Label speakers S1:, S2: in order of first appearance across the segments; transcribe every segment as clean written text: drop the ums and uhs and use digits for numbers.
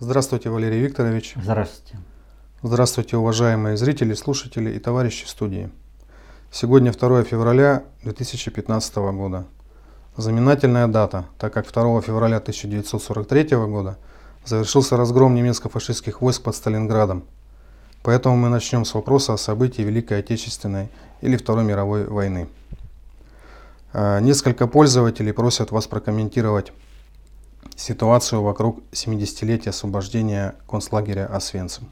S1: Здравствуйте, Валерий Викторович.
S2: Здравствуйте.
S1: Здравствуйте, уважаемые зрители, слушатели и товарищи студии. Сегодня 2 февраля 2015 года. Знаменательная дата, так как 2 февраля 1943 года завершился разгром немецко-фашистских войск под Сталинградом. Поэтому мы начнем с вопроса о событии Великой Отечественной или Второй мировой войны. Несколько пользователей просят вас прокомментировать ситуацию вокруг 70-летия освобождения концлагеря Освенцим.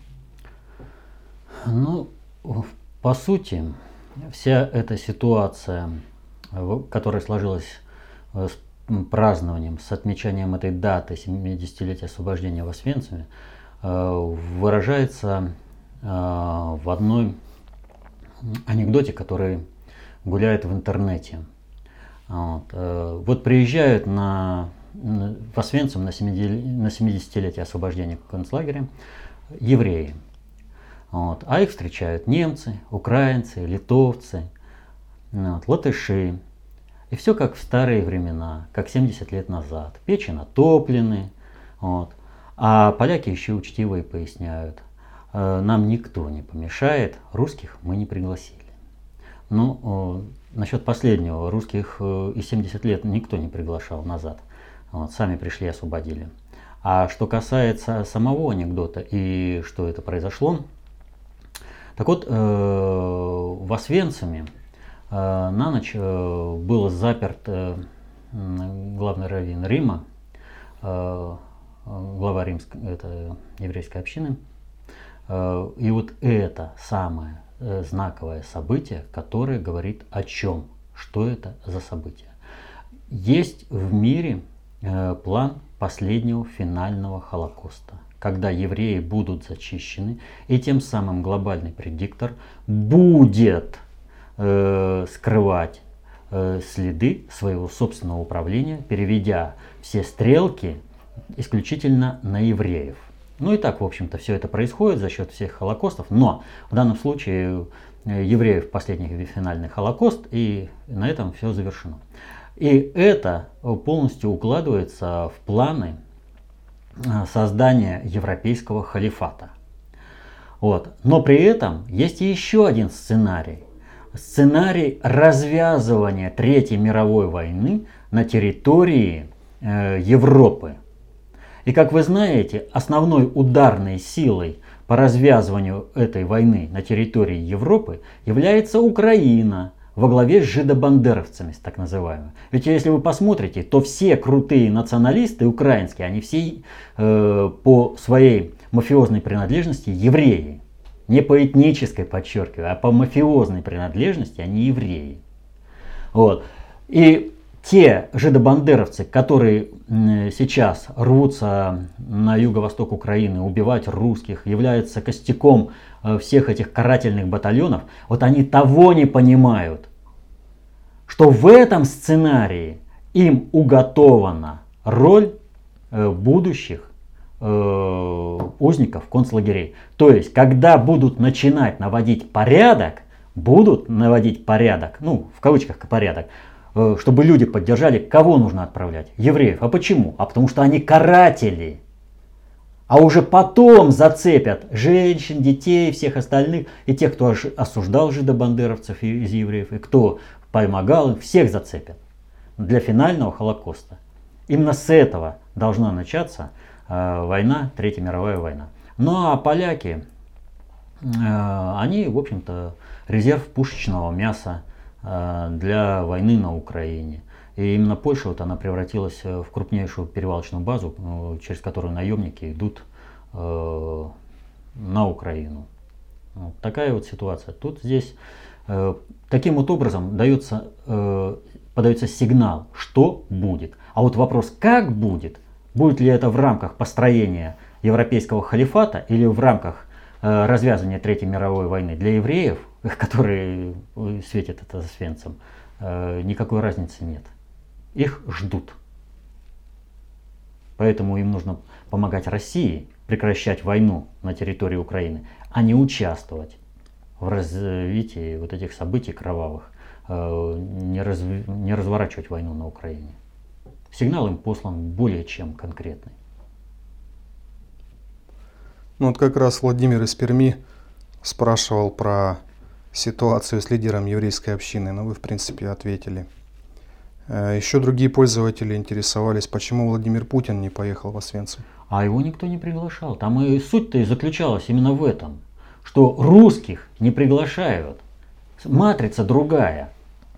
S2: По сути, вся эта ситуация, которая сложилась с празднованием, с отмечанием этой даты 70-летия освобождения в Освенциме, выражается в одной анекдоте, который гуляет в интернете. Вот приезжают в Освенцим на 70-летие освобождения концлагеря евреи. А их встречают немцы, украинцы, литовцы, латыши. И все как в старые времена, как 70 лет назад. Печи натоплены. А поляки еще учтивые поясняют: нам никто не помешает, русских мы не пригласили. Насчет последнего, русских и 70 лет никто не приглашал назад. Сами пришли и освободили. А что касается самого анекдота и что это произошло, так вот, в Освенциме на ночь был заперт главный раввин Рима, глава это еврейской общины. И вот это самое знаковое событие, которое говорит о чем, что это за событие. Есть в мире план последнего финального Холокоста, когда евреи будут зачищены, и тем самым глобальный предиктор будет скрывать следы своего собственного управления, переведя все стрелки исключительно на евреев. И так, в общем-то, все это происходит за счет всех Холокостов, но в данном случае евреев последний финальный Холокост, и на этом все завершено. И это полностью укладывается в планы создания европейского халифата. Но при этом есть еще один сценарий. Сценарий развязывания Третьей мировой войны на территории Европы. И как вы знаете, основной ударной силой по развязыванию этой войны на территории Европы является Украина во главе с жидобандеровцами, так называемыми. Ведь если вы посмотрите, то все крутые националисты украинские, они все по своей мафиозной принадлежности евреи. Не по этнической, подчеркиваю, а по мафиозной принадлежности они евреи. И те жидобандеровцы, которые сейчас рвутся на юго-восток Украины убивать русских, являются костяком всех этих карательных батальонов, они того не понимают, что в этом сценарии им уготована роль будущих узников концлагерей. То есть, когда будут начинать наводить порядок, в кавычках порядок, чтобы люди поддержали, кого нужно отправлять? Евреев. А почему? А потому что они каратели. А уже потом зацепят женщин, детей, всех остальных, и тех, кто осуждал жидобандеровцев из евреев, и кто помогал им, всех зацепят для финального Холокоста. Именно с этого должна начаться война, Третья мировая война. А поляки, они, в общем-то, резерв пушечного мяса для войны на Украине. И именно Польша она превратилась в крупнейшую перевалочную базу, через которую наемники идут на Украину. Такая вот ситуация. Здесь таким образом подается сигнал, что будет. А вопрос, как будет ли это в рамках построения европейского халифата или в рамках развязывания Третьей мировой войны для евреев, которые светят это Освенцим, никакой разницы нет. Их ждут. Поэтому им нужно помогать России прекращать войну на территории Украины, а не участвовать в развитии этих событий кровавых, не разворачивать войну на Украине. Сигнал им послан более чем конкретный.
S1: Ну вот как раз Владимир из Перми спрашивал про ситуацию с лидером еврейской общины, но вы в принципе ответили. Еще другие пользователи интересовались, почему Владимир Путин не поехал в Освенцим.
S2: А его никто не приглашал. Там и суть-то и заключалась именно в этом, что русских не приглашают. Матрица другая.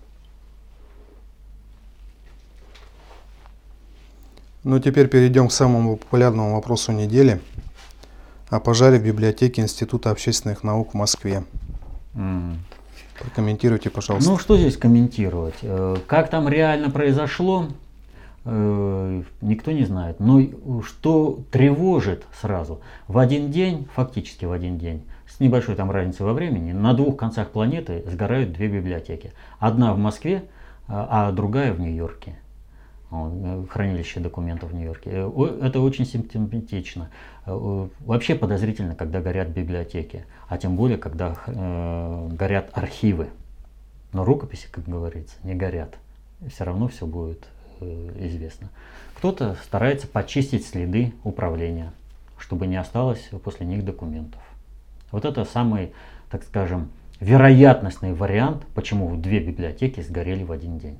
S1: Ну теперь перейдем к самому популярному вопросу недели. О пожаре в библиотеке Института общественных наук в Москве. Прокомментируйте, пожалуйста.
S2: Ну что здесь комментировать? Как там реально произошло, никто не знает. Но что тревожит сразу, в один день, фактически в один день, с небольшой там разницей во времени, на двух концах планеты сгорают две библиотеки. Одна в Москве, а другая в Нью-Йорке. Хранилище документов в Нью-Йорке. Это очень симптоматично. Вообще подозрительно, когда горят библиотеки, а тем более, когда горят архивы. Но рукописи, как говорится, не горят. Все равно все будет известно. Кто-то старается почистить следы управления, чтобы не осталось после них документов. Вот это самый, так скажем, вероятностный вариант, почему две библиотеки сгорели в один день.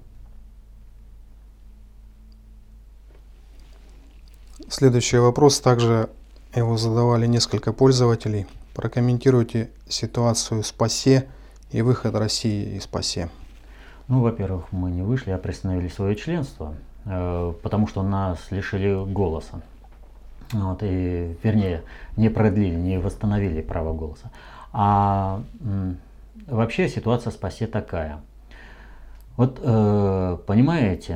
S1: Следующий вопрос, также его задавали несколько пользователей. Прокомментируйте ситуацию с ПАСЕ и выход России из ПАСЕ.
S2: Ну, во-первых, мы не вышли, а приостановили свое членство, потому что нас лишили голоса. Вот, и, вернее, не продлили, не восстановили право голоса. А вообще ситуация с ПАСЕ такая. Вот, понимаете,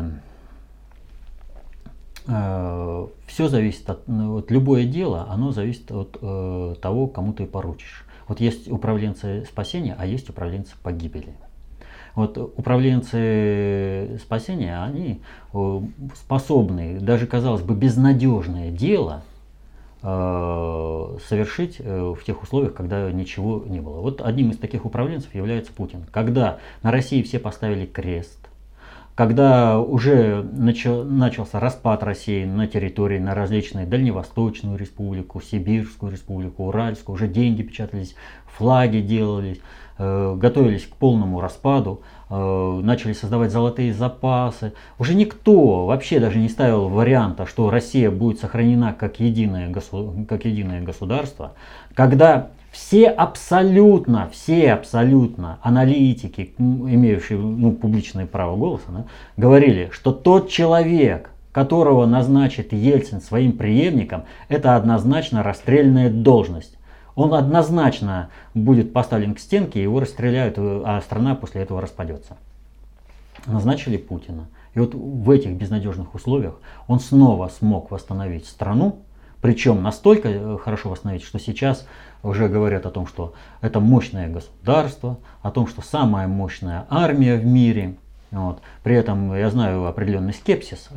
S2: все зависит от любое дело, оно зависит от того, кому ты поручишь. Вот есть управленцы спасения, а есть управленцы погибели. Вот управленцы спасения, они способны, даже казалось бы безнадежное дело совершить в тех условиях, когда ничего не было. Вот одним из таких управленцев является Путин. Когда на России все поставили крест, когда уже начался распад России на территории, на различные Дальневосточную республику, Сибирскую республику, Уральскую, уже деньги печатались, флаги делались, готовились к полному распаду, начали создавать золотые запасы. Уже никто вообще даже не ставил варианта, что Россия будет сохранена как единое государство, когда все абсолютно аналитики, имеющие публичное право голоса, говорили, что тот человек, которого назначит Ельцин своим преемником, это однозначно расстрельная должность. Он однозначно будет поставлен к стенке, его расстреляют, а страна после этого распадется. Назначили Путина. И вот в этих безнадежных условиях он снова смог восстановить страну, причем настолько хорошо восстановить, что сейчас уже говорят о том, что это мощное государство, о том, что самая мощная армия в мире. Вот. При этом я знаю определенный скепсис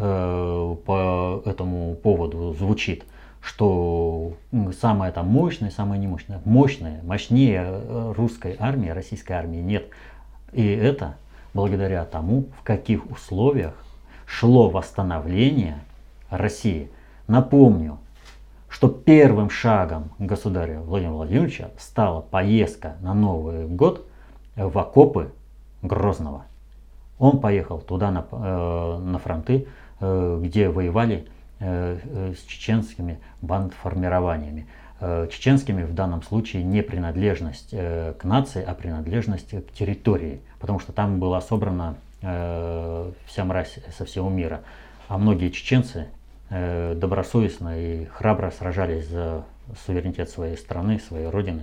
S2: по этому поводу звучит, что самая там мощная, самая немощная. Мощнее русской армии, российской армии нет. И это благодаря тому, в каких условиях шло восстановление России. Напомню, что первым шагом государя Владимира Владимировича стала поездка на Новый год в окопы Грозного. Он поехал туда на фронты, где воевали с чеченскими бандформированиями. Чеченскими в данном случае не принадлежность к нации, а принадлежность к территории, потому что там была собрана вся мразь со всего мира. А многие чеченцы добросовестно и храбро сражались за суверенитет своей страны, своей родины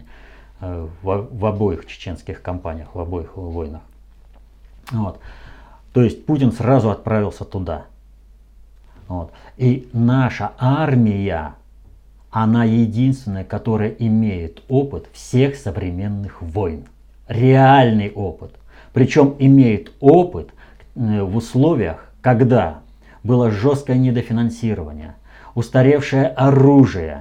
S2: в обоих чеченских кампаниях, в обоих войнах. Вот. То есть Путин сразу отправился туда. Вот. И наша армия, она единственная, которая имеет опыт всех современных войн. Реальный опыт. Причем имеет опыт в условиях, когда было жесткое недофинансирование, устаревшее оружие.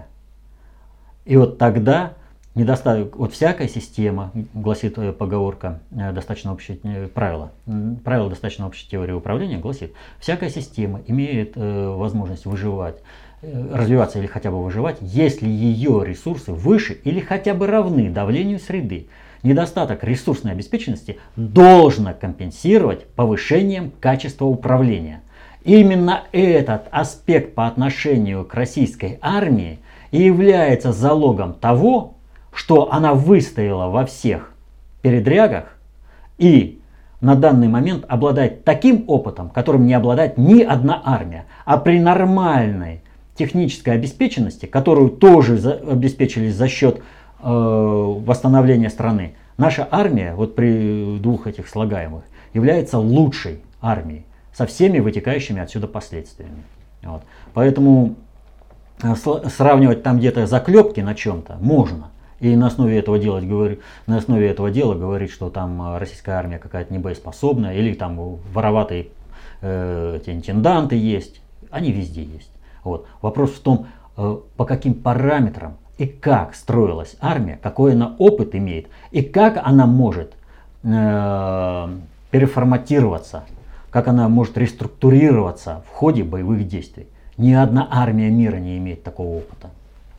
S2: И вот тогда вот всякая система, гласит поговорка, достаточно общее правило достаточно общей теории управления, гласит, всякая система имеет возможность выживать развиваться или хотя бы выживать, если ее ресурсы выше или хотя бы равны давлению среды. Недостаток ресурсной обеспеченности должно компенсировать повышением качества управления. Именно этот аспект по отношению к российской армии и является залогом того, что она выстояла во всех передрягах и на данный момент обладает таким опытом, которым не обладает ни одна армия. А при нормальной технической обеспеченности, которую тоже обеспечили за счет восстановления страны, наша армия, вот при двух этих слагаемых, является лучшей армией со всеми вытекающими отсюда последствиями. Вот. Поэтому сравнивать там где-то заклепки на чем-то можно. И на основе этого дела говорить, что там российская армия какая-то небоеспособная, или там вороватые эти интенданты есть. Они везде есть. Вот. Вопрос в том, по каким параметрам и как строилась армия, какой она опыт имеет, и как она может переформатироваться, как она может реструктурироваться в ходе боевых действий. Ни одна армия мира не имеет такого опыта.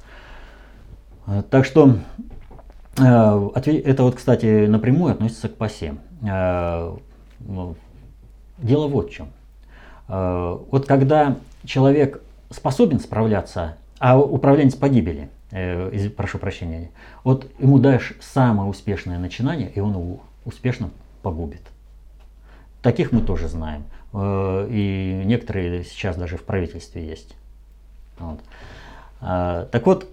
S2: Так что это вот, кстати, напрямую относится к ПАСЕ. Дело вот в чем. Вот когда человек способен справляться, а управленец погибели, прошу прощения, вот ему даешь самое успешное начинание, и он его успешно погубит. Таких мы тоже знаем. И некоторые сейчас даже в правительстве есть. Вот. Так вот,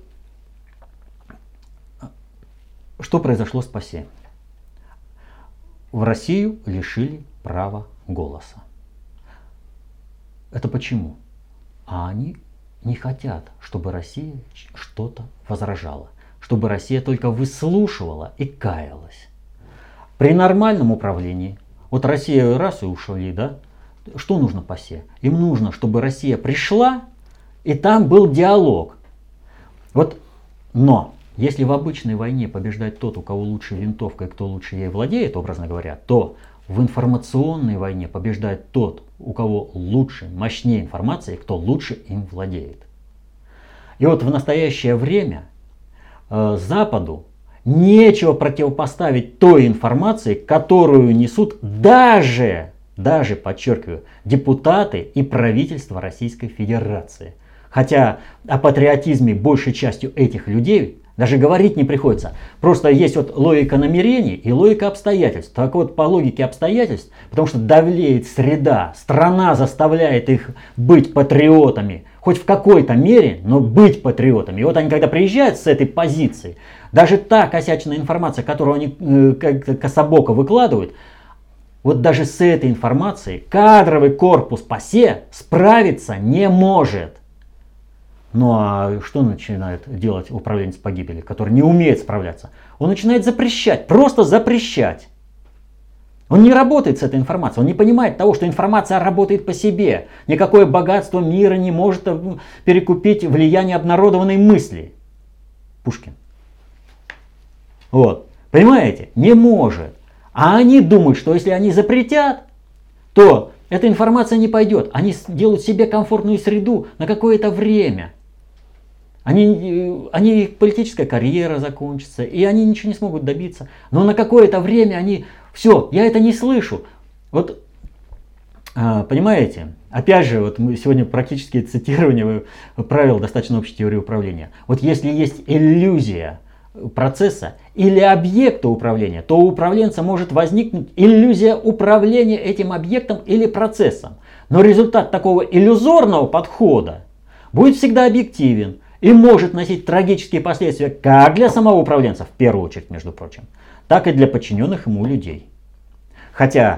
S2: что произошло с ПАСЕ? В Россию лишили права голоса. Это почему? А они не хотят, чтобы Россия что-то возражала, чтобы Россия только выслушивала и каялась. При нормальном управлении, вот Россия раз и ушли, да? Что нужно ПАСЕ? Им нужно, чтобы Россия пришла, и там был диалог. Вот, но если в обычной войне побеждает тот, у кого лучше винтовка и кто лучше ей владеет, образно говоря, то в информационной войне побеждает тот, у кого лучше, мощнее информация и кто лучше им владеет. И вот в настоящее время Западу нечего противопоставить той информации, которую несут даже, подчеркиваю, депутаты и правительство Российской Федерации. Хотя о патриотизме большей частью этих людей даже говорить не приходится. Просто есть вот логика намерений и логика обстоятельств. Так вот, по логике обстоятельств, потому что давлеет среда, страна заставляет их быть патриотами, хоть в какой-то мере, но быть патриотами. И вот они, когда приезжают с этой позиции, даже та косячная информация, которую они как-то кособоко выкладывают, вот даже с этой информацией кадровый корпус ПАСЕ справиться не может. Ну а что начинает делать управленец погибели, который не умеет справляться? Он начинает запрещать, просто запрещать. Он не работает с этой информацией, он не понимает того, что информация работает по себе. Никакое богатство мира не может перекупить влияние обнародованной мысли. Пушкин. Вот. Понимаете? Не может. А они думают, что если они запретят, то эта информация не пойдет. Они делают себе комфортную среду на какое-то время. Их политическая карьера закончится, и они ничего не смогут добиться. Но на какое-то время они... Все, я это не слышу. Вот, понимаете, опять же, вот мы сегодня практически цитирование правил достаточно общей теории управления. Вот если есть иллюзия процесса или объекта управления, то у управленца может возникнуть иллюзия управления этим объектом или процессом. Но результат такого иллюзорного подхода будет всегда объективен и может носить трагические последствия как для самого управленца, в первую очередь, между прочим, так и для подчиненных ему людей. Хотя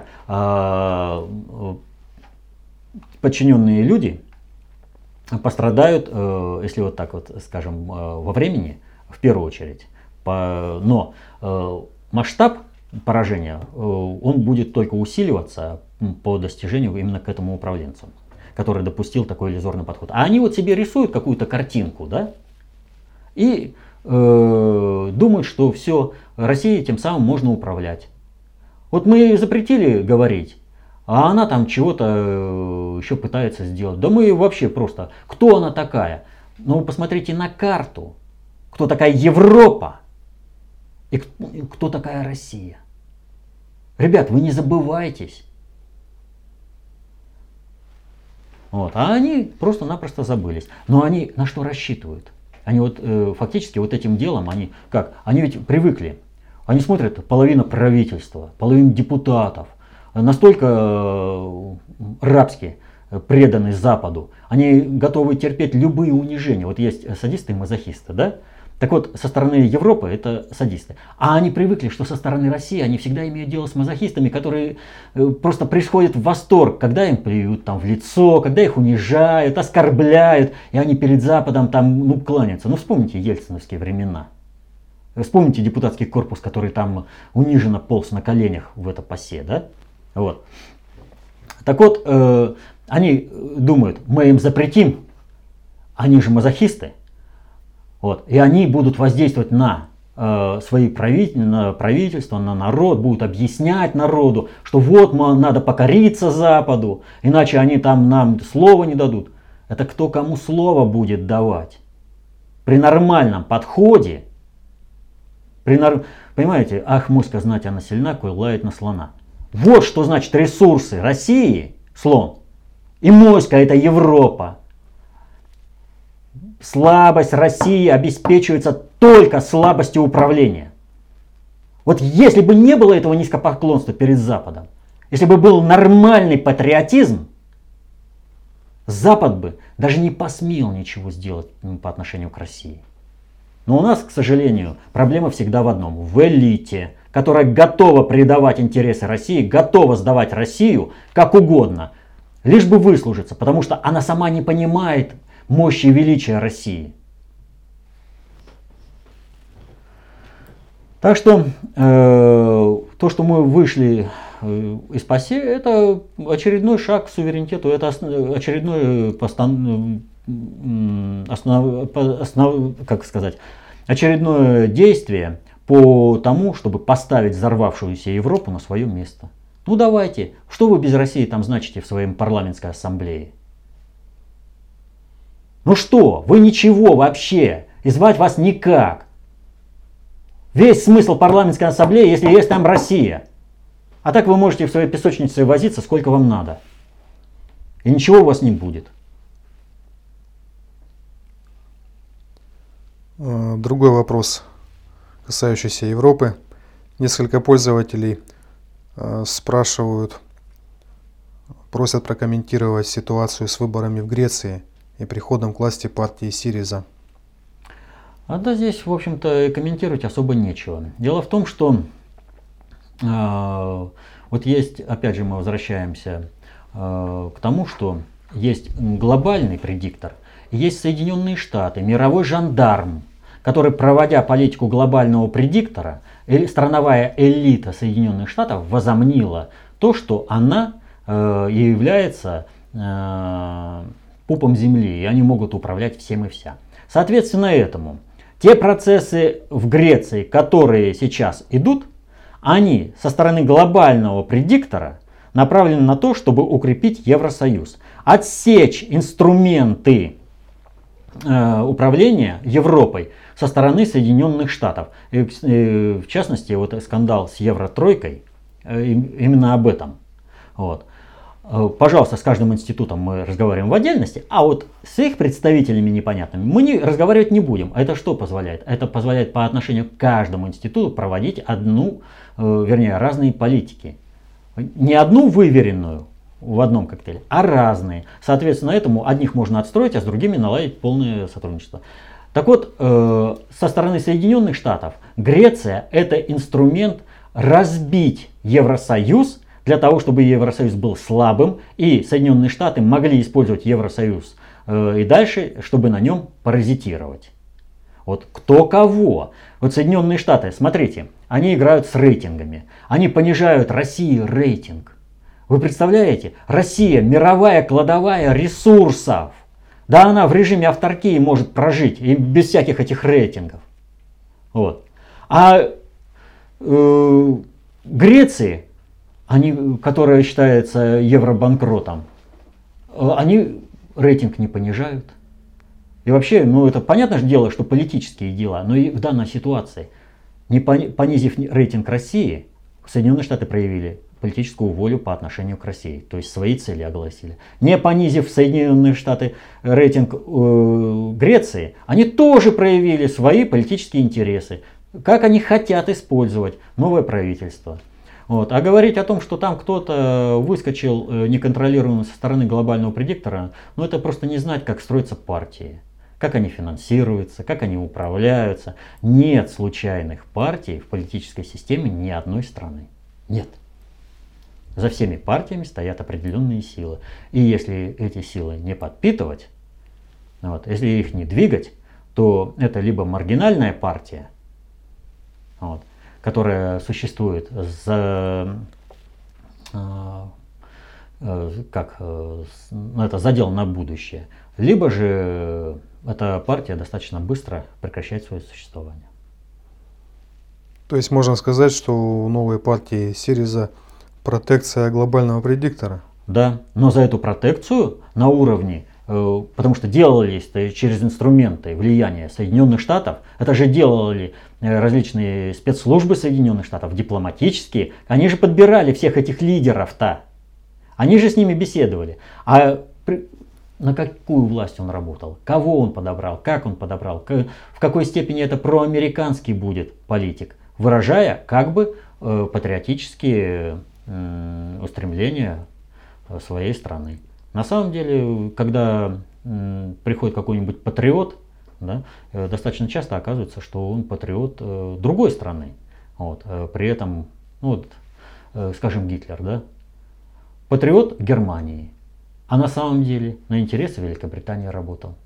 S2: подчиненные люди пострадают, если вот так вот скажем, во времени, в первую очередь. Но масштаб поражения, он будет только усиливаться по достижению именно к этому управленцу, который допустил такой иллюзорный подход. А они вот себе рисуют какую-то картинку, да, и думают, что все, Россией тем самым можно управлять. Вот мы запретили говорить, а она там чего-то еще пытается сделать. Да мы вообще просто, кто она такая? Ну вы посмотрите на карту, кто такая Европа и кто такая Россия. Ребят, вы не забывайтесь. Вот. А они просто-напросто забылись. Но они на что рассчитывают? Они вот фактически вот этим делом, они как? Они ведь привыкли. Они смотрят, половина правительства, половина депутатов, настолько рабски преданы Западу, они готовы терпеть любые унижения. Вот есть садисты и мазохисты, да? Так вот, со стороны Европы это садисты. А они привыкли, что со стороны России они всегда имеют дело с мазохистами, которые просто приходят в восторг, когда им плюют там в лицо, когда их унижают, оскорбляют, и они перед Западом там кланяются. Ну вспомните ельциновские времена. Вспомните депутатский корпус, который там униженно полз на коленях в это ПАСЕ, да? Вот. Так вот, они думают, мы им запретим, они же мазохисты. Вот. И они будут воздействовать на свои правительства, на народ, будут объяснять народу, что вот надо покориться Западу, иначе они там нам слова не дадут. Это кто кому слово будет давать? При нормальном подходе, понимаете, ах, моська знать, она сильна, кой лает на слона. Вот что значит ресурсы России, слон, и моська это Европа. Слабость России обеспечивается только слабостью управления. Вот если бы не было этого низкопоклонства перед Западом, если бы был нормальный патриотизм, Запад бы даже не посмел ничего сделать по отношению к России. Но у нас, к сожалению, проблема всегда в одном. В элите, которая готова предавать интересы России, готова сдавать Россию как угодно, лишь бы выслужиться, потому что она сама не понимает мощи и величия России. Так что то, что мы вышли из ПАСЕ, это очередной шаг к суверенитету, это очередное очередное действие по тому, чтобы поставить взорвавшуюся Европу на свое место. Ну давайте, что вы без России там значите в своей парламентской ассамблее? Ну что, вы ничего вообще, и звать вас никак. Весь смысл парламентской ассамблеи, если есть там Россия. А так вы можете в своей песочнице возиться сколько вам надо. И ничего у вас не будет.
S1: Другой вопрос, касающийся Европы. Несколько пользователей спрашивают, просят прокомментировать ситуацию с выборами в Греции и приходом к власти партии Сириза.
S2: А да, здесь, в общем-то, комментировать особо нечего. Дело в том, что вот есть, опять же, мы возвращаемся к тому, что есть глобальный предиктор, есть Соединенные Штаты, мировой жандарм, который, проводя политику глобального предиктора, страновая элита Соединенных Штатов возомнила то, что она является пупом земли, и они могут управлять всем и вся. Соответственно этому, те процессы в Греции, которые сейчас идут, они со стороны глобального предиктора направлены на то, чтобы укрепить Евросоюз, отсечь инструменты управления Европой со стороны Соединенных Штатов. И, в частности, вот скандал с Евротройкой именно об этом. Вот. Пожалуйста, с каждым институтом мы разговариваем в отдельности, а вот с их представителями непонятными мы разговаривать не будем. Это что позволяет? Это позволяет по отношению к каждому институту проводить разные политики. Не одну выверенную в одном коктейле, а разные. Соответственно, этому одних можно отстроить, а с другими наладить полное сотрудничество. Так вот, со стороны Соединенных Штатов Греция это инструмент разбить Евросоюз, для того, чтобы Евросоюз был слабым, и Соединенные Штаты могли использовать Евросоюз и дальше, чтобы на нем паразитировать. Вот кто кого. Вот Соединенные Штаты, смотрите, они играют с рейтингами. Они понижают России рейтинг. Вы представляете? Россия мировая кладовая ресурсов. Да она в режиме авторкии может прожить и без всяких этих рейтингов. Вот. А Греции, которая считается евробанкротом, они рейтинг не понижают. И вообще, ну это понятное же дело, что политические дела, но и в данной ситуации, не понизив рейтинг России, Соединенные Штаты проявили политическую волю по отношению к России, то есть свои цели огласили. Не понизив Соединенные Штаты рейтинг Греции, они тоже проявили свои политические интересы, как они хотят использовать новое правительство. Вот. А говорить о том, что там кто-то выскочил неконтролируемо со стороны глобального предиктора, ну это просто не знать, как строятся партии, как они финансируются, как они управляются. Нет случайных партий в политической системе ни одной страны. Нет. За всеми партиями стоят определенные силы. И если эти силы не подпитывать, вот, если их не двигать, то это либо маргинальная партия, вот, которая существует за, это задел на будущее, либо же эта партия достаточно быстро прекращает свое существование.
S1: То есть можно сказать, что у новой партии Сириза протекция глобального предиктора?
S2: Да, но за эту протекцию на уровне, потому что делались через инструменты влияния Соединенных Штатов, это же делали различные спецслужбы Соединенных Штатов, дипломатические, они же подбирали всех этих лидеров-то, они же с ними беседовали. А на какую власть он работал, кого он подобрал, как он подобрал, в какой степени это проамериканский будет политик, выражая как бы патриотические устремления своей страны. На самом деле, когда приходит какой-нибудь патриот, да, достаточно часто оказывается, что он патриот другой страны. Вот, при этом, ну, вот, скажем, Гитлер, да, патриот Германии, а на самом деле на интересы Великобритании работал.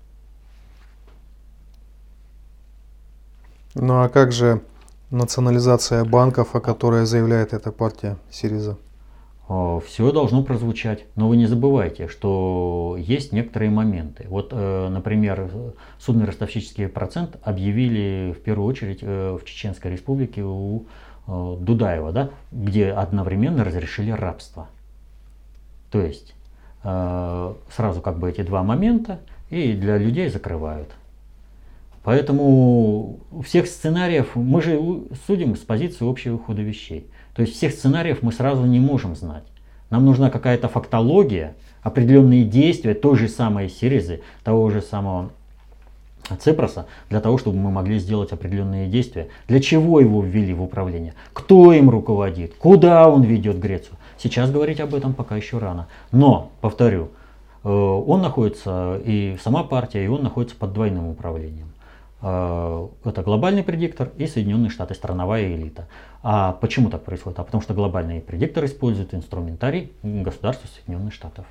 S1: Ну а как же национализация банков, о которой заявляет эта партия Сириза?
S2: Все должно прозвучать. Но вы не забывайте, что есть некоторые моменты. Вот, например, судный ростовщический процент объявили в первую очередь в Чеченской республике у Дудаева, да, где одновременно разрешили рабство. То есть сразу как бы эти два момента и для людей закрывают. Поэтому всех сценариев, мы же судим с позиции общего хода вещей. То есть всех сценариев мы сразу не можем знать. Нам нужна какая-то фактология, определенные действия той же самой Сиризы, того же самого Ципроса, для того, чтобы мы могли сделать определенные действия. Для чего его ввели в управление? Кто им руководит? Куда он ведет Грецию? Сейчас говорить об этом пока еще рано. Но, повторю, он находится, и сама партия, и он находится под двойным управлением. Это глобальный предиктор и Соединенные Штаты, страновая элита. А почему так происходит? А потому что глобальный предиктор использует инструментарий государства Соединенных Штатов.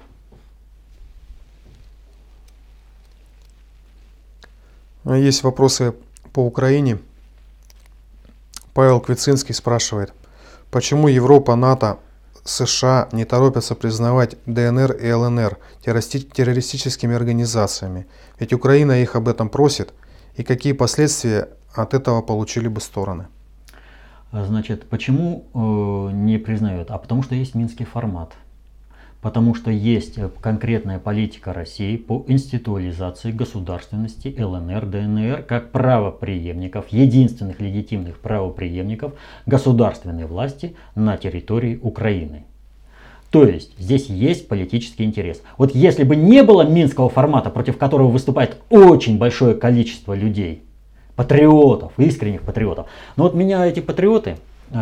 S1: Есть вопросы по Украине. Павел Квицинский спрашивает, почему Европа, НАТО, США не торопятся признавать ДНР и ЛНР террористическими организациями? Ведь Украина их об этом просит. И какие последствия от этого получили бы стороны?
S2: Значит, почему не признают? А потому что есть Минский формат. Потому что есть конкретная политика России по институализации государственности ЛНР, ДНР как правопреемников, единственных легитимных правопреемников государственной власти на территории Украины. То есть здесь есть политический интерес. Вот если бы не было Минского формата, против которого выступает очень большое количество людей, патриотов, искренних патриотов, но вот меня эти патриоты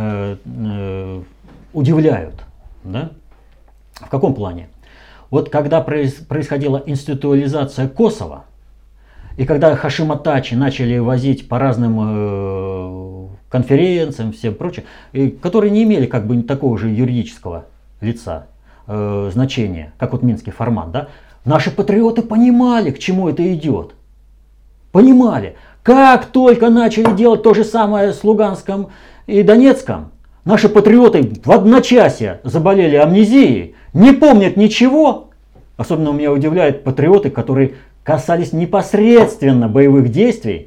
S2: удивляют. Да? В каком плане? Вот когда происходила институализация Косово, и когда Хашима Тачи начали возить по разным конференциям, всем прочим, которые не имели как бы такого же юридического лица, значения, как вот Минский формат, да, наши патриоты понимали, к чему это идет. Понимали. Как только начали делать то же самое с Луганском и Донецком, наши патриоты в одночасье заболели амнезией, не помнят ничего. Особенно меня удивляют патриоты, которые касались непосредственно боевых действий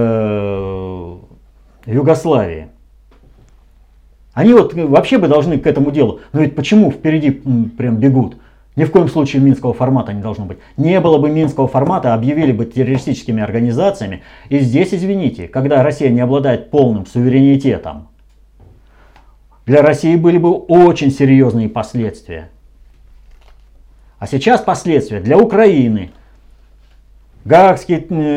S2: Югославии. Они вот вообще бы должны к этому делу. Но ведь почему впереди прям бегут? Ни в коем случае минского формата не должно быть. Не было бы минского формата, объявили бы террористическими организациями. И здесь, извините, когда Россия не обладает полным суверенитетом, для России были бы очень серьезные последствия. А сейчас последствия для Украины. Гаагский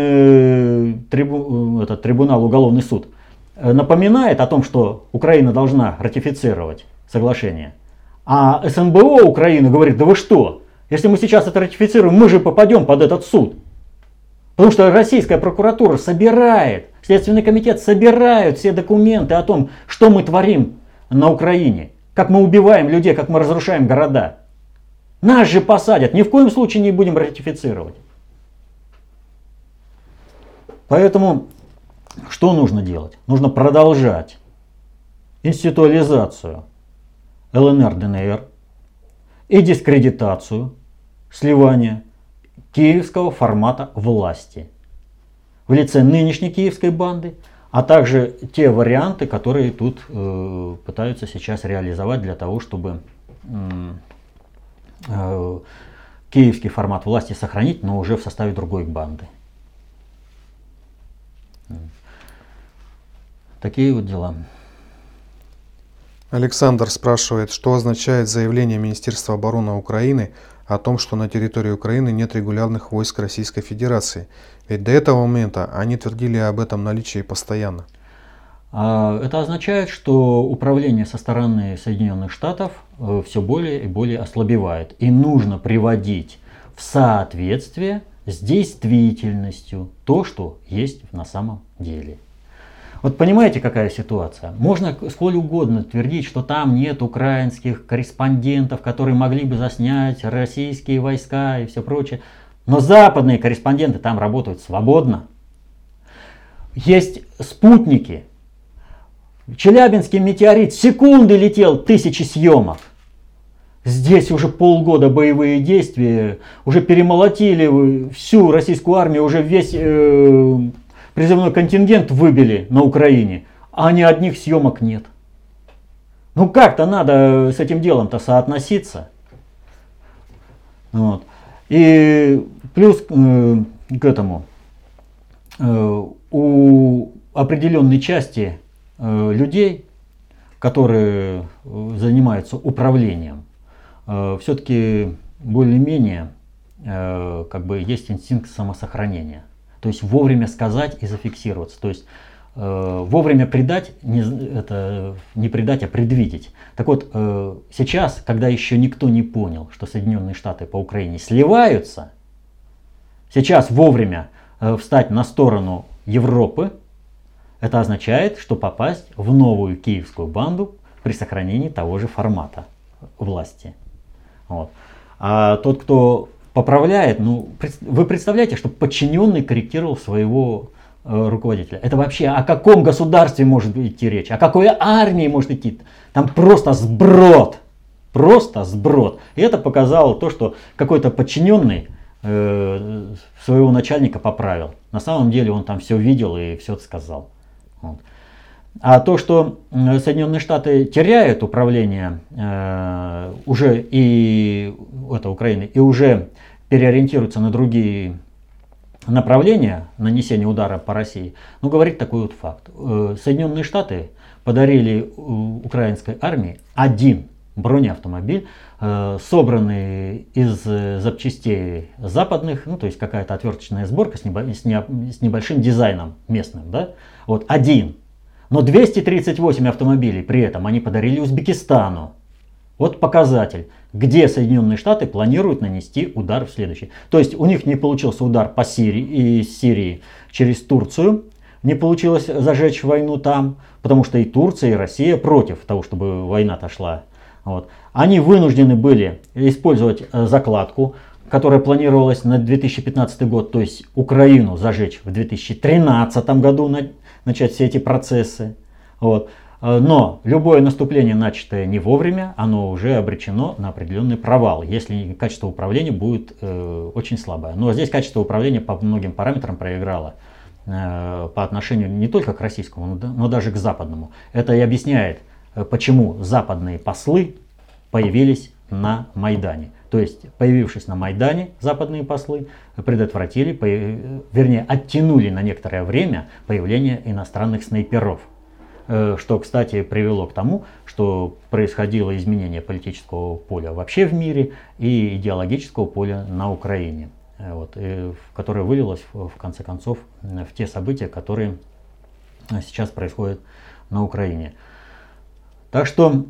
S2: трибунал, уголовный суд, напоминает о том, что Украина должна ратифицировать соглашение. А СНБО Украины говорит: да вы что, если мы сейчас это ратифицируем, мы же попадем под этот суд. Потому что российская прокуратура собирает, Следственный комитет собирает все документы о том, что мы творим на Украине. Как мы убиваем людей, как мы разрушаем города. Нас же посадят, ни в коем случае не будем ратифицировать. Поэтому что нужно делать? Нужно продолжать институализацию ЛНР, ДНР и дискредитацию, сливание киевского формата власти в лице нынешней киевской банды, а также те варианты, которые тут пытаются сейчас реализовать для того, чтобы киевский формат власти сохранить, но уже в составе другой банды. Такие вот дела.
S1: Александр спрашивает, что означает заявление Министерства обороны Украины о том, что на территории Украины нет регулярных войск Российской Федерации. Ведь до этого момента они твердили об этом наличии постоянно.
S2: Это означает, что управление со стороны Соединенных Штатов все более и более ослабевает. И нужно приводить в соответствие с действительностью то, что есть на самом деле. Вот понимаете, какая ситуация? Можно сколь угодно твердить, что там нет украинских корреспондентов, которые могли бы заснять российские войска и все прочее. Но западные корреспонденты там работают свободно. Есть спутники. Челябинский метеорит секунды летел, 1000 съемок. Здесь уже полгода боевые действия, уже перемолотили всю российскую армию, уже весь призывной контингент выбили на Украине, а ни одних съемок нет. Ну как-то надо с этим делом-то соотноситься. Вот. И плюс к этому у определенной части людей, которые занимаются управлением, все-таки более-менее есть инстинкт самосохранения. То есть вовремя сказать и зафиксироваться. То есть вовремя предать, не предать, а предвидеть. Так вот, сейчас, когда еще никто не понял, что Соединенные Штаты по Украине сливаются, сейчас вовремя встать на сторону Европы, это означает, что попасть в новую киевскую банду при сохранении того же формата власти. Вот. А тот, кто поправляет, вы представляете, что подчиненный корректировал своего руководителя. Это вообще о каком государстве может идти речь? О какой армии может идти? Там просто сброд. Просто сброд. И это показало то, что какой-то подчиненный своего начальника поправил. На самом деле он там все видел и все сказал. Вот. А то, что Соединенные Штаты теряют управление уже и Украины, и уже переориентируются на другие направления нанесения удара по России, говорит такой вот факт. Соединенные Штаты подарили украинской армии один бронеавтомобиль, собранный из запчастей западных, то есть какая-то отверточная сборка с небольшим дизайном местным, да? Вот один. Но 238 автомобилей при этом они подарили Узбекистану. Вот показатель, где Соединенные Штаты планируют нанести удар в следующий. То есть у них не получился удар по Сирии, из Сирии через Турцию. Не получилось зажечь войну там, потому что и Турция, и Россия против того, чтобы война-то шла. Вот. Они вынуждены были использовать закладку, которая планировалась на 2015 год, то есть Украину зажечь в 2013 году, начать все эти процессы. Вот. Но любое наступление, начатое не вовремя, оно уже обречено на определенный провал, если качество управления будет очень слабое. Но здесь качество управления по многим параметрам проиграло по отношению не только к российскому, но даже к западному. Это и объясняет, почему западные послы появились на Майдане. То есть, появившись на Майдане, западные послы предотвратили, вернее, оттянули на некоторое время появление иностранных снайперов. Что, кстати, привело к тому, что происходило изменение политического поля вообще в мире и идеологического поля на Украине, которое вылилось, в конце концов, в те события, которые сейчас происходят на Украине. Так что,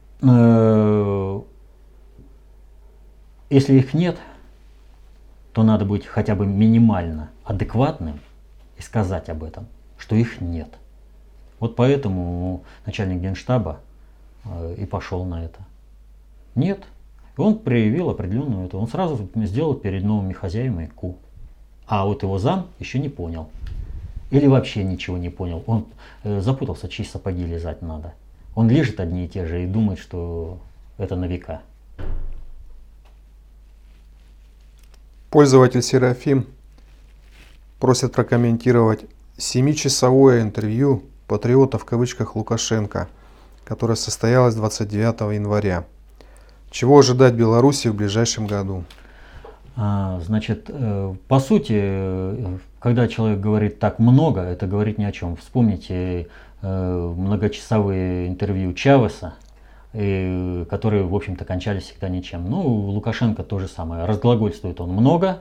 S2: если их нет, то надо быть хотя бы минимально адекватным и сказать об этом, что их нет. Вот поэтому начальник Генштаба и пошел на это. Нет. И он проявил определенную это. Он сразу сделал перед новыми хозяевами ку. А вот его зам еще не понял. Или вообще ничего не понял. Он запутался, чьи сапоги лизать надо. Он лежит одни и те же и думает, что это на века.
S1: Пользователь Серафим просит прокомментировать 7-часовое интервью патриота в кавычках Лукашенко, которое состоялось 29 января. Чего ожидать Беларуси в ближайшем году?
S2: Значит, по сути, когда человек говорит так много, это говорит ни о чем. Вспомните многочасовые интервью Чавеса, которые, в общем-то, кончались всегда ничем. Ну, Лукашенко то же самое. Разглагольствует он много,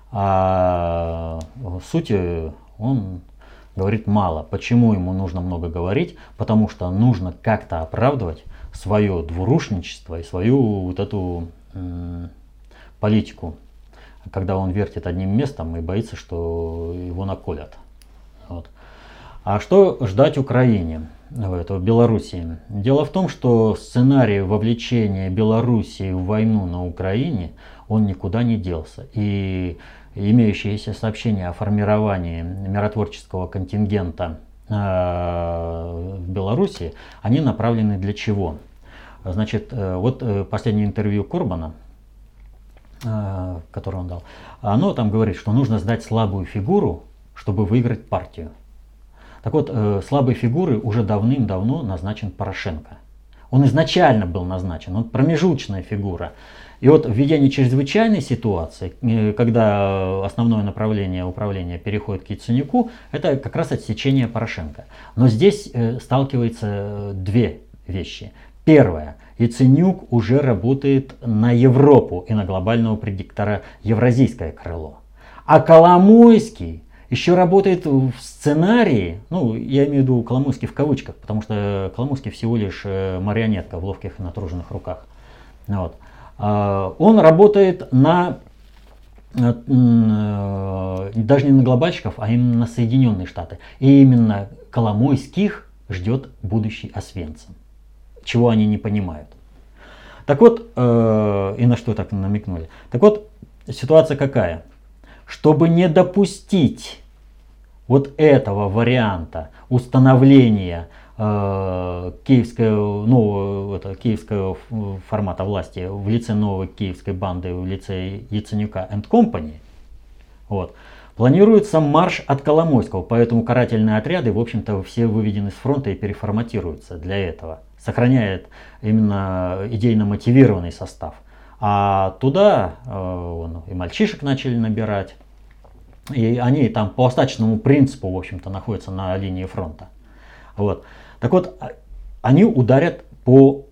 S2: а в сути он говорит мало. Почему ему нужно много говорить? Потому что нужно как-то оправдывать свое двурушничество и свою вот эту политику, когда он вертит одним местом и боится, что его наколят. Вот. А что ждать Украине, в Белоруссии? Дело в том, что сценарий вовлечения Белоруссии в войну на Украине, он никуда не делся. И имеющиеся сообщения о формировании миротворческого контингента в Белоруссии, они направлены для чего? Значит, вот последнее интервью Корбана, которое он дал, оно там говорит, что нужно сдать слабую фигуру, чтобы выиграть партию. Так вот, слабой фигурой уже давным-давно назначен Порошенко. Он изначально был назначен, он промежуточная фигура. И вот введение чрезвычайной ситуации, когда основное направление управления переходит к Яценюку, это как раз отсечение Порошенко. Но здесь сталкиваются две вещи. Первое. Яценюк уже работает на Европу и на глобального предиктора евразийское крыло. А Коломойский еще работает в сценарии, ну, я имею в виду Коломойский в кавычках, потому что Коломойский всего лишь марионетка в ловких и натруженных руках. Вот. Он работает на, даже не на глобальщиков, а именно на Соединенные Штаты. И именно Коломойских ждет будущий Освенцим, чего они не понимают. Так вот, и на что так намекнули. Так вот, ситуация какая? Чтобы не допустить вот этого варианта установления киевского формата власти в лице новой киевской банды, в лице Яценюка and Company, вот, планируется марш от Коломойского, поэтому карательные отряды, в общем-то, все выведены с фронта и переформатируются для этого. Сохраняет именно идейно мотивированный состав. А туда и мальчишек начали набирать. И они там по остаточному принципу, в общем-то, находятся на линии фронта. Вот. Так вот, они ударят по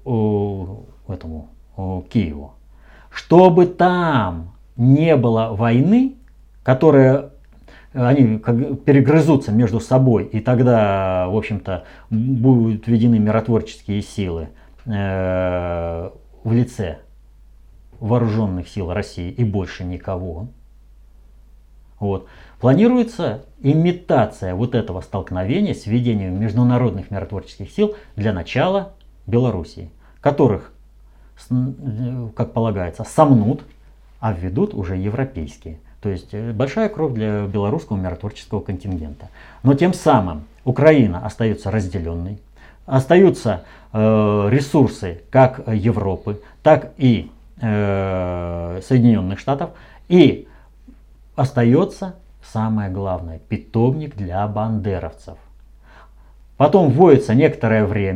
S2: Киеву. Чтобы там не было войны, которая они перегрызутся между собой, и тогда, в общем-то, будут введены миротворческие силы в лице вооруженных сил России и больше никого. Вот. Планируется имитация вот этого столкновения с введением международных миротворческих сил для начала Белоруссии, которых, как полагается, сомнут, а введут уже европейские. То есть большая кровь для белорусского миротворческого контингента. Но тем самым Украина остается разделенной, остаются ресурсы как Европы, так и Соединенных Штатов, и остается самое главное — питомник для бандеровцев. Потом вводится некоторое время,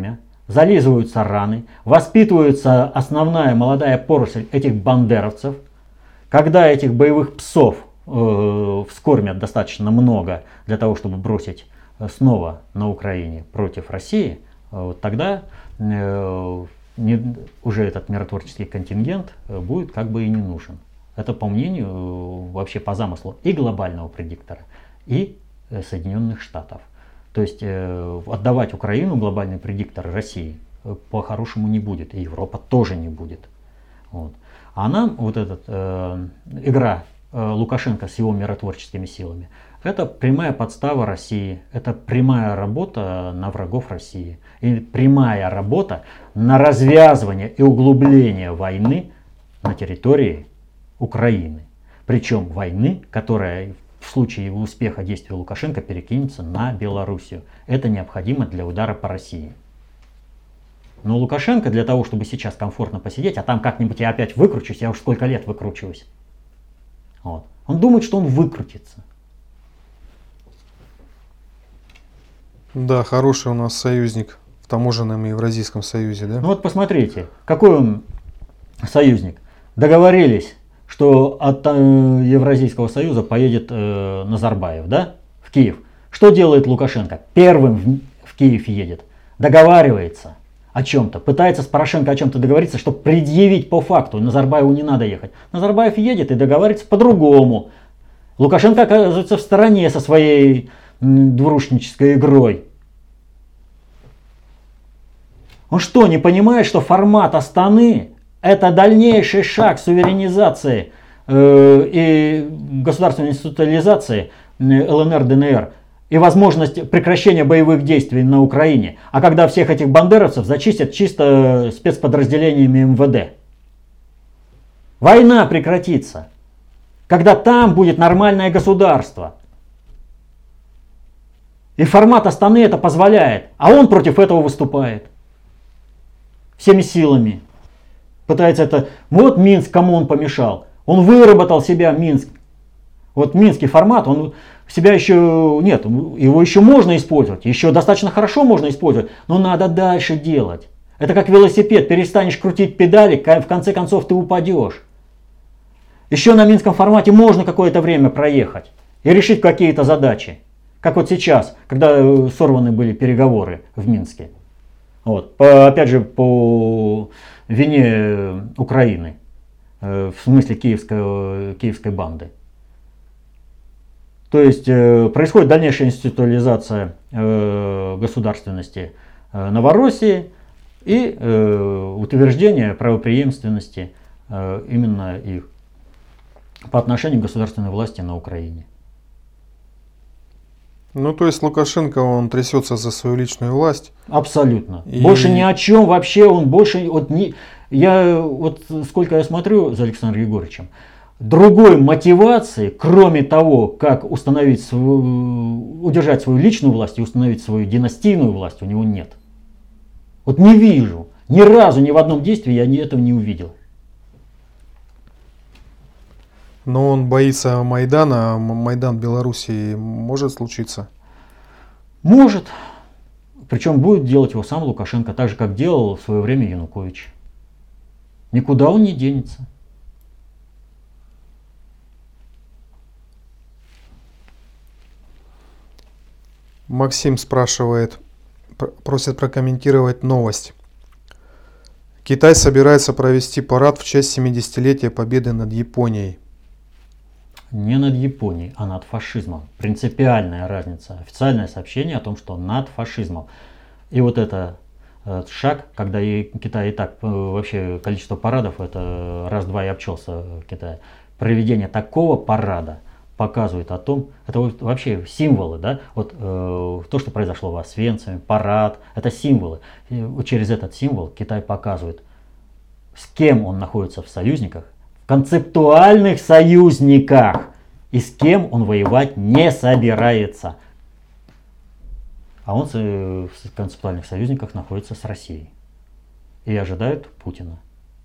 S2: зализываются раны, воспитывается основная молодая поросль этих бандеровцев. Когда этих боевых псов вскормят достаточно много для того, чтобы бросить снова на Украине против России, вот тогда уже этот миротворческий контингент будет как бы и не нужен. Это по мнению, вообще по замыслу и глобального предиктора, и Соединенных Штатов. То есть отдавать Украину глобальный предиктор России по-хорошему не будет, и Европа тоже не будет. Вот. А нам вот эта игра Лукашенко с его миротворческими силами, это прямая подстава России, это прямая работа на врагов России, и прямая работа на развязывание и углубление войны на территории Украины. Причем войны, которая в случае успеха действия Лукашенко перекинется на Белоруссию. Это необходимо для удара по России. Но Лукашенко для того, чтобы сейчас комфортно посидеть, а там как-нибудь я опять выкручусь, я уж сколько лет выкручиваюсь. Вот. Он думает, что он выкрутится.
S1: Да, хороший у нас союзник в таможенном и Евразийском союзе, да?
S2: Ну вот посмотрите, какой он союзник. Договорились, что от Евразийского союза поедет Назарбаев, да, в Киев. Что делает Лукашенко? Первым в Киев едет, договаривается о чем-то, пытается с Порошенко о чем-то договориться, чтобы предъявить по факту. Назарбаеву не надо ехать. Назарбаев едет и договаривается по-другому. Лукашенко оказывается в стороне со своей двурушнической игрой. Он что, не понимает, что формат Астаны — это дальнейший шаг суверенизации и государственной институализации ЛНР, ДНР и возможность прекращения боевых действий на Украине. А когда всех этих бандеровцев зачистят чисто спецподразделениями МВД. Война прекратится, когда там будет нормальное государство. И формат Астаны это позволяет, а он против этого выступает. Всеми силами. Пытается это... Вот Минск, кому он помешал. Он выработал себя, Минск. Вот минский формат, он себя еще... Нет, его еще можно использовать. Еще достаточно хорошо можно использовать. Но надо дальше делать. Это как велосипед. Перестанешь крутить педали, в конце концов ты упадешь. Еще на минском формате можно какое-то время проехать. И решить какие-то задачи. Как вот сейчас, когда сорваны были переговоры в Минске. Вот. Опять же, по вине Украины, в смысле киевской банды. То есть происходит дальнейшая институализация государственности Новороссии и утверждение правопреемственности именно их по отношению к государственной власти на Украине.
S1: Ну, то есть Лукашенко, он трясется за свою личную власть.
S2: Абсолютно. И... Больше ни о чем вообще, он больше... Вот сколько я смотрю за Александром Егоровичем, другой мотивации, кроме того, как удержать свою личную власть и установить свою династийную власть, у него нет. Вот не вижу. Ни разу, ни в одном действии я этого не увидел.
S1: Но он боится Майдана, а Майдан в Белоруссии может случиться?
S2: Может. Причем будет делать его сам Лукашенко, так же, как делал в свое время Янукович. Никуда он не денется.
S1: Максим спрашивает, просит прокомментировать новость. Китай собирается провести парад в честь 70-летия победы над Японией.
S2: Не над Японией, а над фашизмом. Принципиальная разница. Официальное сообщение о том, что над фашизмом. И вот это шаг, когда Китай и так вообще количество парадов, это раз-два и обчелся в Китае. Проведение такого парада показывает о том, это вот вообще символы, да, вот то, что произошло в Освенциме, парад, это символы. И вот через этот символ Китай показывает, с кем он находится в союзниках, в концептуальных союзниках, и с кем он воевать не собирается. А он в концептуальных союзниках находится с Россией и ожидает Путина.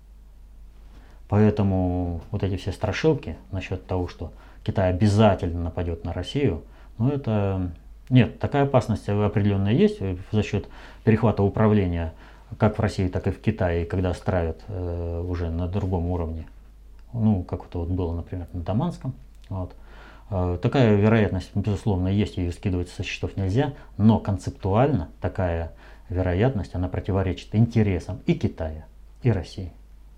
S2: Поэтому вот эти все страшилки насчет того, что Китай обязательно нападет на Россию, ну это... Нет, такая опасность определенная есть за счет перехвата управления как в России, так и в Китае, когда стравят уже на другом уровне. Ну, как это вот было, например, на Даманском. Вот. Такая вероятность, безусловно, есть, ее скидывать со счетов нельзя, но концептуально такая вероятность, она противоречит интересам и Китая, и России.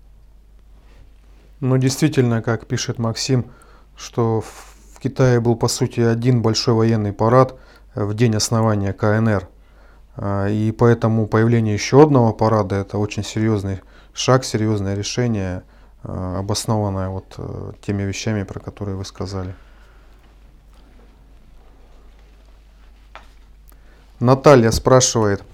S1: Ну, действительно, как пишет Максим, что в Китае был, по сути, один большой военный парад в день основания КНР. И поэтому появление еще одного парада – это очень серьезный шаг, серьезное решение, обоснованное вот теми вещами, про которые вы сказали. Наталья спрашивает,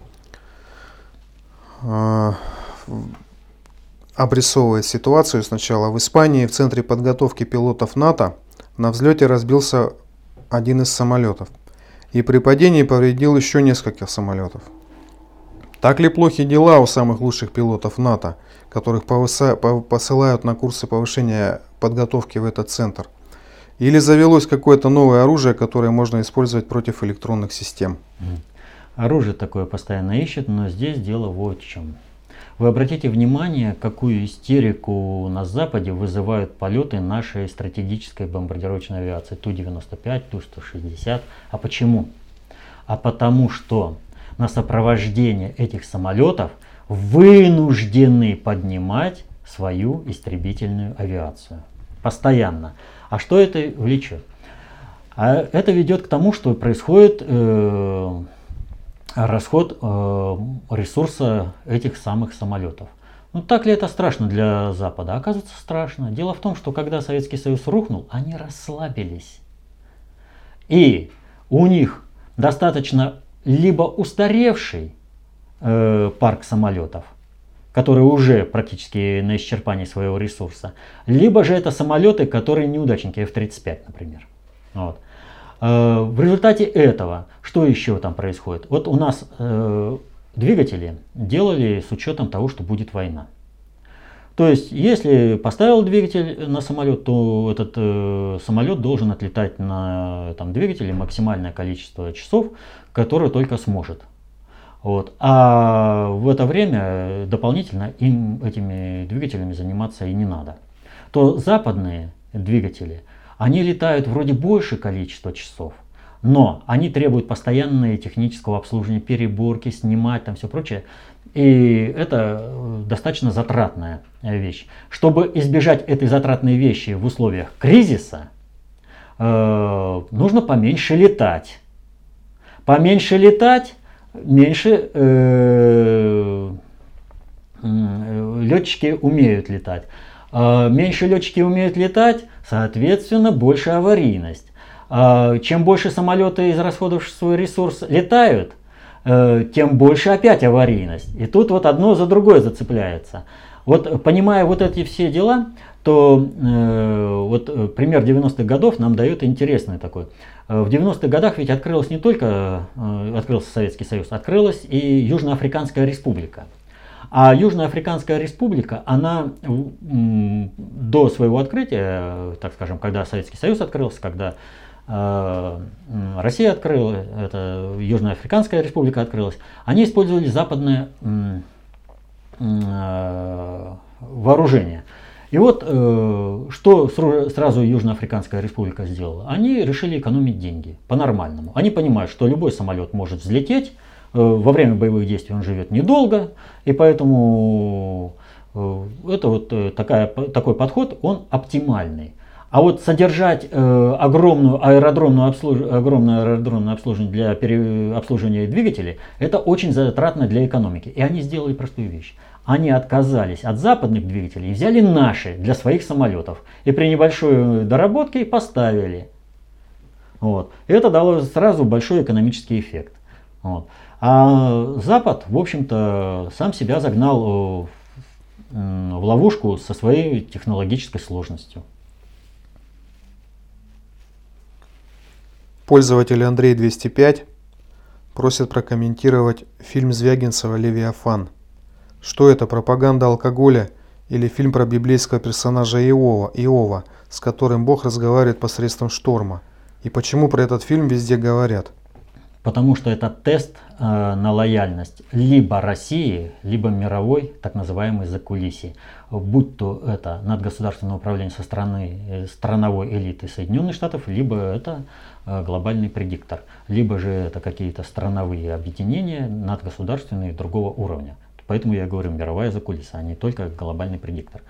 S1: обрисовывает ситуацию сначала. В Испании в центре подготовки пилотов НАТО на взлете разбился один из самолетов. И при падении повредил еще несколько самолетов. Так ли плохи дела у самых лучших пилотов НАТО, которых посылают на курсы повышения подготовки в этот центр? Или завелось какое-то новое оружие, которое можно использовать против электронных систем?
S2: Оружие такое постоянно ищет, но здесь дело вот в чем. Вы обратите внимание, какую истерику на Западе вызывают полеты нашей стратегической бомбардировочной авиации Ту-95, Ту-160. А почему? А потому что на сопровождение этих самолетов вынуждены поднимать свою истребительную авиацию. Постоянно. А что это влечет? А это ведет к тому, что происходит расход ресурса этих самых самолетов. Ну так ли это страшно для Запада? Оказывается, страшно. Дело в том, что когда Советский Союз рухнул, они расслабились. И у них достаточно либо устаревший парк самолетов, который уже практически на исчерпании своего ресурса, либо же это самолеты, которые неудачники, F-35, например. Вот. В результате этого, что еще там происходит? Вот у нас двигатели делали с учетом того, что будет война. То есть, если поставил двигатель на самолет, то этот самолет должен отлетать на двигателе максимальное количество часов, которое только сможет. Вот. А в это время дополнительно им этими двигателями заниматься и не надо. То западные двигатели, они летают вроде больше количества часов, но они требуют постоянного технического обслуживания, переборки, снимать, там все прочее. И это достаточно затратная вещь. Чтобы избежать этой затратной вещи в условиях кризиса, нужно поменьше летать. Поменьше летать, меньше летчики умеют летать. Меньше летчики умеют летать, соответственно, больше аварийность. Чем больше самолеты, израсходовавшие свой ресурс, летают, тем больше опять аварийность. И тут вот одно за другое зацепляется. Вот понимая вот эти все дела, то вот пример 90-х годов нам дает интересный такой. В 90-х годах ведь открылась не только открылся Советский Союз, открылась и Южноафриканская Республика. А Южноафриканская Республика, она до своего открытия, так скажем, когда Советский Союз открылся, когда Россия открыла, это Южноафриканская Республика открылась, они использовали западное вооружение. И вот что сразу Южноафриканская Республика сделала? Они решили экономить деньги по-нормальному. Они понимают, что любой самолет может взлететь, во время боевых действий он живет недолго, и поэтому это вот такой подход, он оптимальный. А вот содержать огромное аэродромное обслуживание для обслуживания двигателей, это очень затратно для экономики. И они сделали простую вещь. Они отказались от западных двигателей и взяли наши для своих самолетов. И при небольшой доработке поставили. Вот. И это дало сразу большой экономический эффект. Вот. А Запад, в общем-то, сам себя загнал в ловушку со своей технологической сложностью.
S1: Пользователь Андрей 205 просит прокомментировать фильм Звягинцева «Левиафан». Что это, пропаганда алкоголя или фильм про библейского персонажа Иова, с которым Бог разговаривает посредством шторма? И почему про этот фильм везде говорят?
S2: Потому что это тест на лояльность либо России, либо мировой так называемой закулисье. Будь то это надгосударственное управление со стороны страновой элиты Соединенных Штатов, либо это глобальный предиктор, либо же это какие-то страновые объединения надгосударственные другого уровня. Поэтому я говорю мировая закулиса, а не только глобальный предиктор.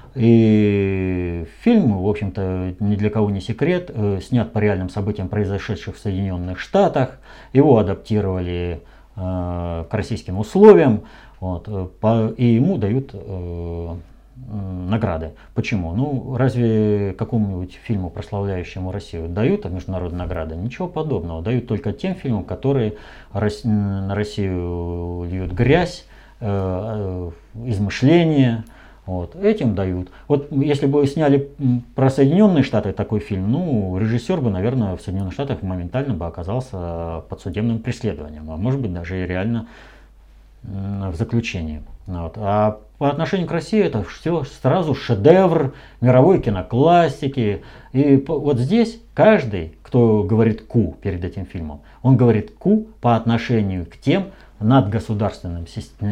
S2: И фильм, в общем-то, ни для кого не секрет, снят по реальным событиям, произошедших в Соединенных Штатах. Его адаптировали к российским условиям, вот, и ему дают награды. Почему? Ну, разве какому-нибудь фильму, прославляющему Россию, дают международные награды? Ничего подобного. Дают только тем фильмам, которые на Россию льют грязь, измышления. Вот, этим дают. Вот если бы сняли про Соединенные Штаты такой фильм, ну, режиссер бы, наверное, в Соединенных Штатах моментально бы оказался под судебным преследованием, а может быть даже и реально в заключении. Вот. А по отношению к России это все сразу шедевр мировой киноклассики. И вот здесь каждый, кто говорит «ку» перед этим фильмом, он говорит «ку» по отношению к тем надгосударственной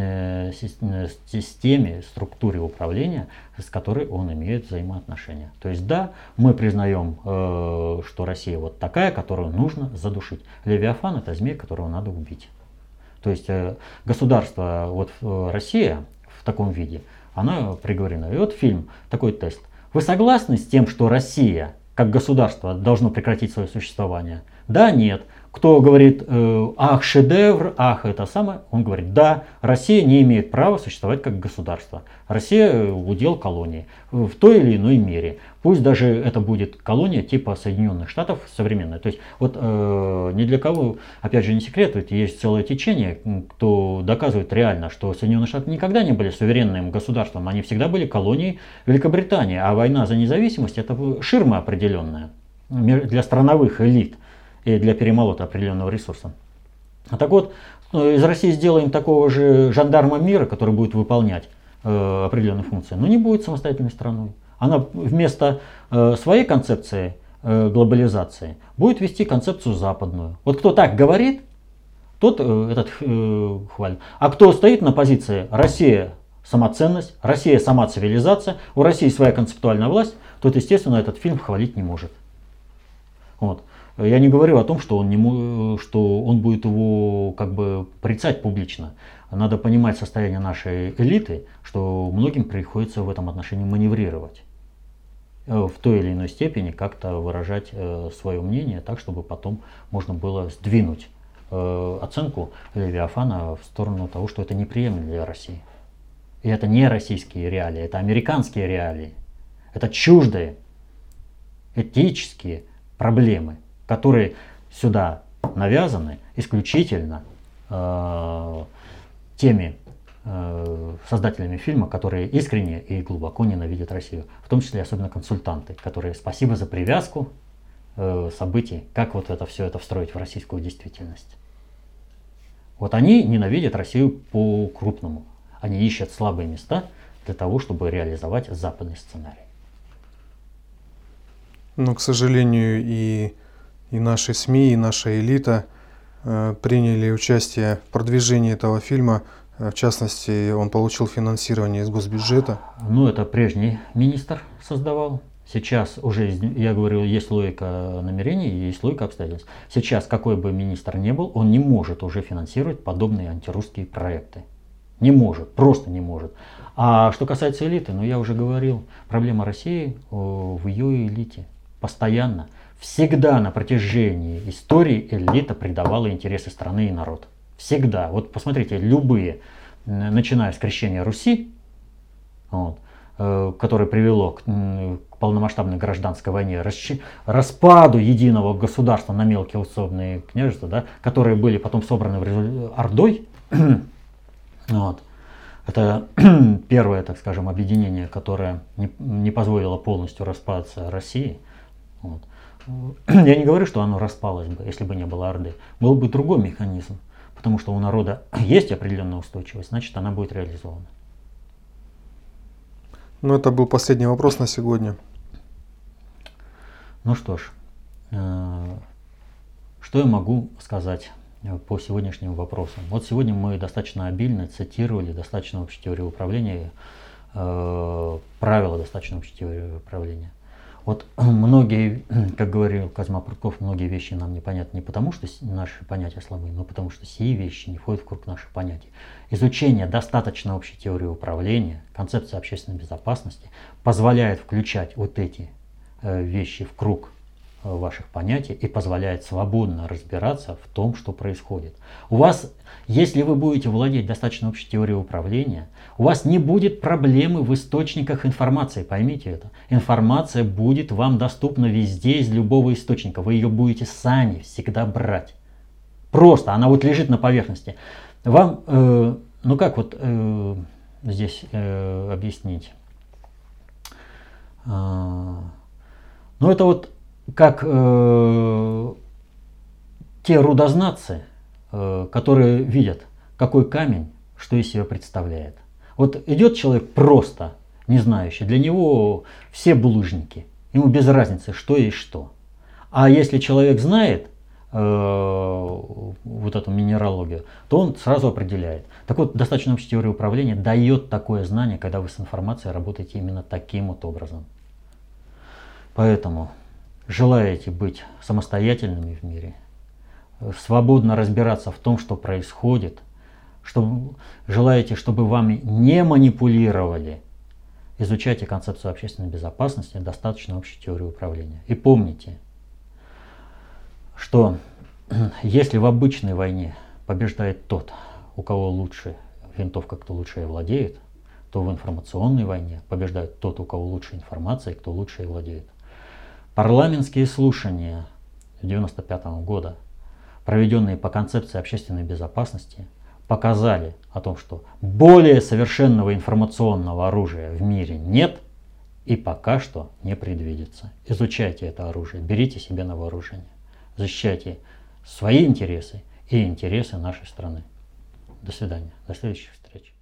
S2: системе, структуре управления, с которой он имеет взаимоотношения. То есть да, мы признаем, что Россия вот такая, которую нужно задушить. Левиафан — это змей, которого надо убить. То есть государство, вот Россия в таком виде, она приговорена. И вот фильм, такой тест. Вы согласны с тем, что Россия как государство должно прекратить свое существование? Да, нет. Кто говорит, ах, шедевр, ах, это самое, он говорит, да, Россия не имеет права существовать как государство. Россия удел колонии в той или иной мере. Пусть даже это будет колония типа Соединенных Штатов современная. То есть вот ни для кого, опять же, не секрет, ведь есть целое течение, кто доказывает реально, что Соединенные Штаты никогда не были суверенным государством, они всегда были колонией Великобритании, а война за независимость — это ширма определенная для страновых элит и для перемолота определенного ресурса. Так вот, из России сделаем такого же жандарма мира, который будет выполнять определенные функции, но не будет самостоятельной страной. Она вместо своей концепции глобализации будет вести концепцию западную. Вот кто так говорит, тот этот хвалит. А кто стоит на позиции «Россия самоценность, Россия сама цивилизация, у России своя концептуальная власть», тот, естественно, этот фильм хвалить не может. Вот. Я не говорю о том, что он будет его как бы порицать публично. Надо понимать состояние нашей элиты, что многим приходится в этом отношении маневрировать. В той или иной степени как-то выражать свое мнение так, чтобы потом можно было сдвинуть оценку Левиафана в сторону того, что это неприемлемо для России. И это не российские реалии, это американские реалии. Это чуждые этические проблемы, которые сюда навязаны исключительно теми создателями фильма, которые искренне и глубоко ненавидят Россию. В том числе особенно консультанты, которые спасибо за привязку событий, как вот это все это встроить в российскую действительность. Вот они ненавидят Россию по-крупному. Они ищут слабые места для того, чтобы реализовать западный сценарий.
S1: Но, к сожалению, и наши СМИ, и наша элита приняли участие в продвижении этого фильма. В частности, он получил финансирование из госбюджета.
S2: Ну, это прежний министр создавал. Сейчас уже, я говорю, есть логика намерений, есть логика обстоятельств. Сейчас, какой бы министр ни был, он не может уже финансировать подобные антирусские проекты. Не может, просто не может. А что касается элиты, ну я уже говорил, проблема России в ее элите. Постоянно, всегда на протяжении истории элита предавала интересы страны и народа. Всегда. Вот посмотрите, любые, начиная с крещения Руси, вот, которое привело к полномасштабной гражданской войне, распаду единого государства на мелкие усобные княжества, да, которые были потом собраны Ордой. Вот. Это первое, так скажем, объединение, которое не позволило полностью распаться России. Вот. Я не говорю, что оно распалось бы, если бы не было Орды. Был бы другой механизм, потому что у народа есть определенная устойчивость, значит она будет реализована.
S1: Ну, это был последний вопрос на сегодня.
S2: Ну что ж, что я могу сказать по сегодняшним вопросам. Вот сегодня мы достаточно обильно цитировали достаточно общей теории управления, правила достаточно общей теории управления. Вот многие, как говорил Козьма Прутков, многие вещи нам непонятны не потому, что наши понятия слабы, но потому что сии вещи не входят в круг наших понятий. Изучение достаточно общей теории управления, концепции общественной безопасности позволяет включать вот эти вещи в круг ваших понятий и позволяет свободно разбираться в том, что происходит. У вас, если вы будете владеть достаточно общей теорией управления, у вас не будет проблемы в источниках информации, поймите это. Информация будет вам доступна везде, из любого источника. Вы ее будете сами всегда брать. Просто, она вот лежит на поверхности. Вам, ну как вот здесь объяснить? Ну это вот как те рудознатцы, которые видят, какой камень, что из себя представляет. Вот идет человек просто, не знающий, для него все булыжники, ему без разницы, что есть что. А если человек знает вот эту минералогию, то он сразу определяет. Так вот, достаточно общая теория управления дает такое знание, когда вы с информацией работаете именно таким вот образом. Поэтому желаете быть самостоятельными в мире, свободно разбираться в том, что происходит, желаете, чтобы вами не манипулировали, изучайте концепцию общественной безопасности, достаточно общей теории управления. И помните, что если в обычной войне побеждает тот, у кого лучше винтовка, кто лучше владеет, то в информационной войне побеждает тот, у кого лучше информация, кто лучше владеет. Парламентские слушания 1995 года, проведенные по концепции общественной безопасности, показали о том, что более совершенного информационного оружия в мире нет и пока что не предвидится. Изучайте это оружие, берите себе на вооружение, защищайте свои интересы и интересы нашей страны. До свидания, до следующих встреч.